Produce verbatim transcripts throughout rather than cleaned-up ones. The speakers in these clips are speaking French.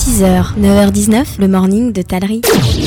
six heures, neuf heures dix-neuf, le morning de Tallery.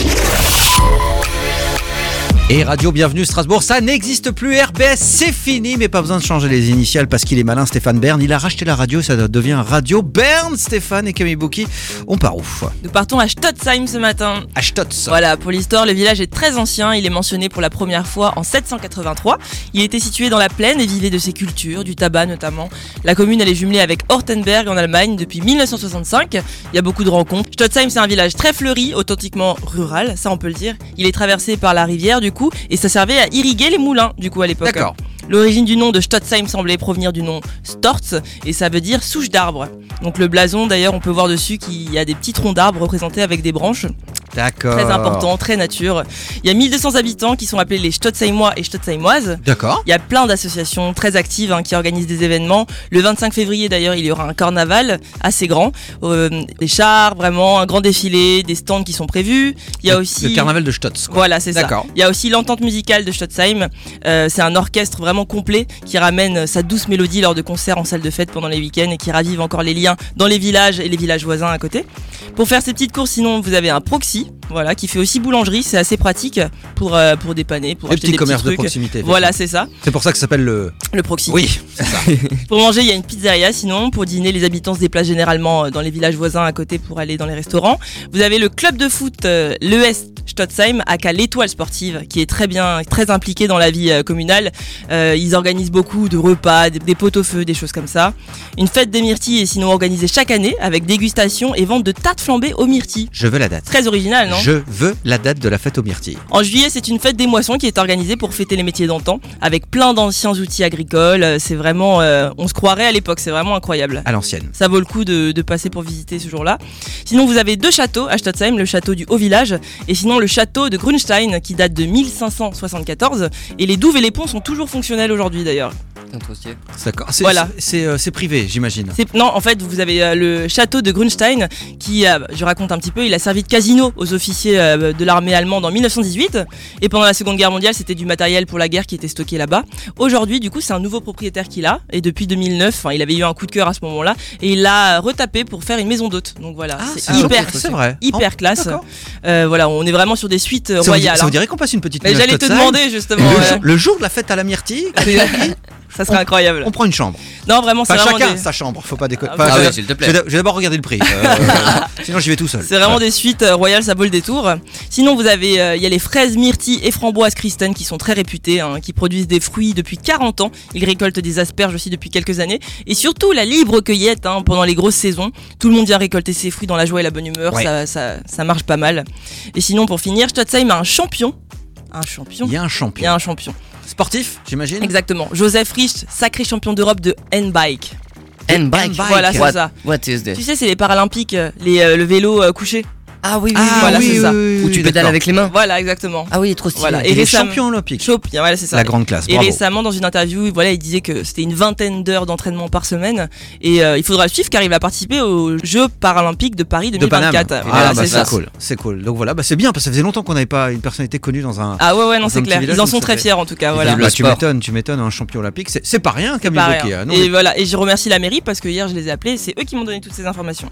Et Radio Bienvenue Strasbourg, ça n'existe plus, R B S c'est fini, mais pas besoin de changer les initiales parce qu'il est malin, Stéphane Bern, il a racheté la radio, ça devient Radio Bern. Stéphane et Camille Bouki, on part où? Nous partons à Stotzheim ce matin. À Stotz. Voilà, pour l'histoire, le village est très ancien, il est mentionné pour la première fois en sept cent quatre-vingt-trois. Il était situé dans la plaine et vivait de ses cultures, du tabac notamment. La commune elle est jumelée avec Ortenberg en Allemagne depuis dix-neuf cent soixante-cinq. Il y a beaucoup de rencontres. Stotzheim c'est un village très fleuri, authentiquement rural, ça on peut le dire. Il est traversé par la rivière du coup et ça servait à irriguer les moulins du coup à l'époque. D'accord. L'origine du nom de Stotzheim semblait provenir du nom Storz et ça veut dire souche d'arbre. Donc le blason d'ailleurs on peut voir dessus qu'il y a des petits troncs d'arbres représentés avec des branches. D'accord. Très important, très nature. Il y a mille deux cents habitants qui sont appelés les Stotzheimois et Stotzheimoises. D'accord. Il y a plein d'associations très actives hein, qui organisent des événements. Le vingt-cinq février d'ailleurs, il y aura un carnaval assez grand. Euh, des chars, vraiment, un grand défilé, des stands qui sont prévus. Il y a le, aussi... Le carnaval de Stotz. Quoi. Voilà, c'est ça. D'accord. Il y a aussi l'entente musicale de Stotzheim. Euh, c'est un orchestre vraiment complet qui ramène sa douce mélodie lors de concerts en salle de fête pendant les week-ends et qui ravive encore les liens dans les villages et les villages voisins à côté. Pour faire ces petites courses, sinon, vous avez un proxy. Voilà, qui fait aussi boulangerie, c'est assez pratique pour, euh, pour dépanner, pour les acheter petits des commerces petits de trucs. proximité. Voilà, c'est ça. C'est pour ça que ça s'appelle le... Le proxy. Oui, c'est ça. Pour manger, il y a une pizzeria, sinon, pour dîner, les habitants se déplacent généralement dans les villages voisins à côté pour aller dans les restaurants. Vous avez le club de foot, euh, l'E S Stotzheim, aka l'Étoile Sportive, qui est très bien, très impliqué dans la vie euh, communale. Euh, ils organisent beaucoup de repas, des, des pot-au-feu, des choses comme ça. Une fête des myrtilles est sinon organisée chaque année avec dégustation et vente de tartes flambées aux myrtilles. Je veux la date. Très original, non ? Je veux la date de la fête aux myrtilles. En juillet, c'est une fête des moissons qui est organisée pour fêter les métiers d'antan, avec plein d'anciens outils agricoles. C'est vraiment, euh, on se croirait à l'époque, c'est vraiment incroyable. À l'ancienne. Ça vaut le coup de, de passer pour visiter ce jour-là. Sinon, vous avez deux châteaux à Stotzheim, le château du Haut-Village et sinon le château de Grunstein qui date de mille cinq cent soixante-quatorze. Et les douves et les ponts sont toujours fonctionnels aujourd'hui d'ailleurs. D'accord. C'est, voilà. c'est, c'est, euh, c'est privé, j'imagine. C'est, non, en fait, vous avez euh, le château de Grunstein qui, euh, je raconte un petit peu, il a servi de casino aux officiers euh, de l'armée allemande en mille neuf cent dix-huit. Et pendant la Seconde Guerre mondiale, c'était du matériel pour la guerre qui était stocké là-bas. Aujourd'hui, du coup, c'est un nouveau propriétaire qu'il a. Et depuis deux mille neuf, il avait eu un coup de cœur à ce moment-là. Et il l'a retapé pour faire une maison d'hôte. Donc voilà, Ah, c'est, c'est hyper, c'est vrai. hyper Oh, classe. d'accord. Euh, voilà, on est vraiment sur des suites euh, Ça vous, royales. ça vous hein. dirait qu'on passe une petite Mais nuit à j'allais te Stotzheim demander justement. le, ouais. jour, le jour de la fête à la myrtille, Ça serait on, incroyable. on prend une chambre. Non, vraiment, c'est Enfin, vraiment chacun des... sa chambre, faut pas déconner. Ah, Enfin, ah je, ouais, s'il te plaît. je vais, je vais d'abord regarder le prix. Euh, sinon, j'y vais tout seul. C'est vraiment des suites euh, royales, ça vaut le détour. Sinon, vous avez, il euh, y a les fraises, myrtilles et framboises Kristen qui sont très réputées, hein, qui produisent des fruits depuis quarante ans. Ils récoltent des asperges aussi depuis quelques années. Et surtout, la libre cueillette hein, pendant les grosses saisons. Tout le monde vient récolter ses fruits dans la joie et la bonne humeur. Ouais. Ça, ça, ça marche pas mal. Et sinon, pour finir, Stotzheim a un champion. Un champion. Il y a un Il y champion. a un champion. Sportif, j'imagine. Exactement. Joseph Rich, sacré champion d'Europe de handbike. Handbike. Voilà, c'est What, ça. what is this? Tu sais, c'est les Paralympiques, les, euh, le vélo euh, couché. Ah oui, oui, Ah, oui. voilà, oui, c'est oui, ça. oui, Où oui, tu pédales d'accord. avec les mains. Voilà, exactement. Ah oui, trop stylé. Voilà. Et Et les récemment- champions olympiques. Champion, voilà, c'est ça. La grande classe, Et bravo. récemment, dans une interview, voilà, il disait que c'était une vingtaine d'heures d'entraînement par semaine. Et euh, il faudra le suivre car il va participer aux Jeux Paralympiques de Paris De deux mille vingt-quatre. Paname. Voilà, Ah, bah, c'est c'est ça. cool, c'est cool. Donc voilà, bah, c'est bien parce que ça faisait longtemps qu'on n'avait pas une personnalité connue dans un. Ah ouais, ouais, non, Dans c'est un petit clair. village, Ils en donc sont ça très fait- fiers en tout cas. Voilà. Le Bah, tu sport. m'étonnes, tu m'étonnes, un champion olympique, c'est, c'est pas rien, Camille Pas Bocquet. rien. hein, non, Et mais- voilà, et je remercie la mairie parce que hier je les ai appelés, c'est eux qui m'ont donné toutes ces informations.